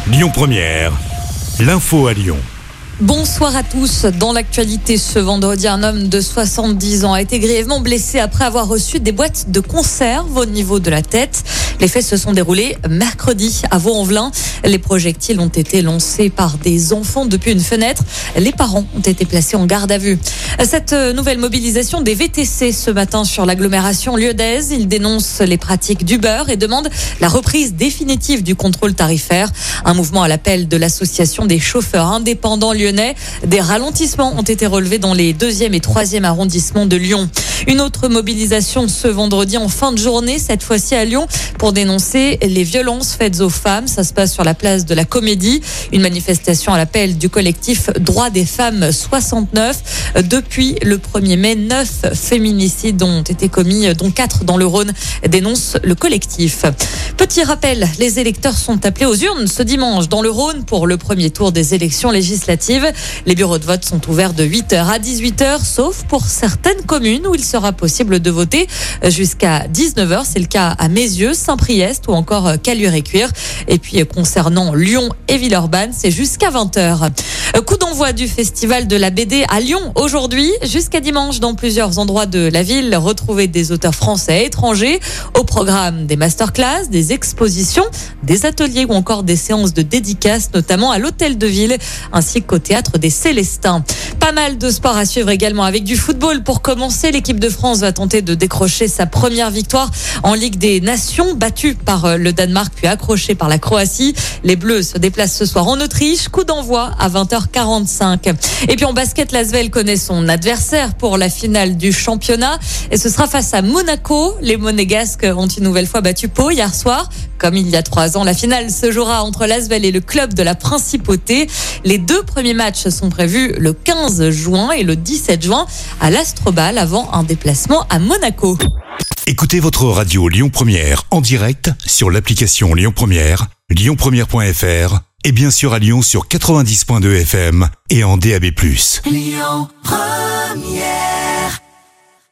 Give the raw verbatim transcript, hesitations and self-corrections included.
Lyon Première, l'info à Lyon. Bonsoir à tous. Dans l'actualité ce vendredi, un homme de soixante-dix ans a été grièvement blessé après avoir reçu des boîtes de conserve au niveau de la tête. Les faits se sont déroulés mercredi à Vaux-en-Velin. Les projectiles ont été lancés par des enfants depuis une fenêtre. Les parents ont été placés en garde à vue. Cette nouvelle mobilisation des V T C ce matin sur l'agglomération lyonnaise. Ils dénoncent les pratiques d'Uber et demandent la reprise définitive du contrôle tarifaire. Un mouvement à l'appel de l'association des chauffeurs indépendants lyonnais. Des ralentissements ont été relevés dans les deuxième et troisième arrondissements de Lyon. Une autre mobilisation ce vendredi en fin de journée, cette fois-ci à Lyon, pour dénoncer les violences faites aux femmes. Ça se passe sur la place de la Comédie. Une manifestation à l'appel du collectif Droits des femmes soixante-neuf. Depuis le premier mai, neuf féminicides ont été commis, dont quatre dans le Rhône, dénonce le collectif. Petit rappel, les électeurs sont appelés aux urnes ce dimanche dans le Rhône pour le premier tour des élections législatives. Les bureaux de vote sont ouverts de huit heures à dix-huit heures, sauf pour certaines communes où il sera possible de voter jusqu'à dix-neuf heures. C'est le cas à Mézieux, Saint-Priest ou encore Caluire-et-Cuire. Et puis concernant Lyon et Villeurbanne, c'est jusqu'à vingt heures. Coup d'envoi du festival de la B D à Lyon aujourd'hui jusqu'à dimanche dans plusieurs endroits de la ville. Retrouvez des auteurs français et étrangers. Au programme des masterclass, des expositions, des ateliers ou encore des séances de dédicaces, notamment à l'Hôtel de Ville ainsi qu'au Théâtre des Célestins. Pas mal de sport à suivre également avec du football. Pour commencer, l'équipe de France va tenter de décrocher sa première victoire en Ligue des Nations, battue par le Danemark puis accrochée par la Croatie. Les Bleus se déplacent ce soir en Autriche. Coup d'envoi à vingt heures quarante-cinq. Et puis en basket, l'Asvel connaît son adversaire pour la finale du championnat et ce sera face à Monaco. Les Monégasques ont une nouvelle fois battu Pau hier soir. Comme il y a trois ans, la finale se jouera entre l'Asvel et le club de la Principauté. Les deux premiers matchs sont prévus le quinze juin et le dix-sept juin à l'Astrobal avant un déplacement à Monaco. Écoutez votre radio Lyon Première en direct sur l'application Lyon Première, lyon première point f r et bien sûr à Lyon sur quatre-vingt-dix point deux F M et en D A B plus. Lyon Première.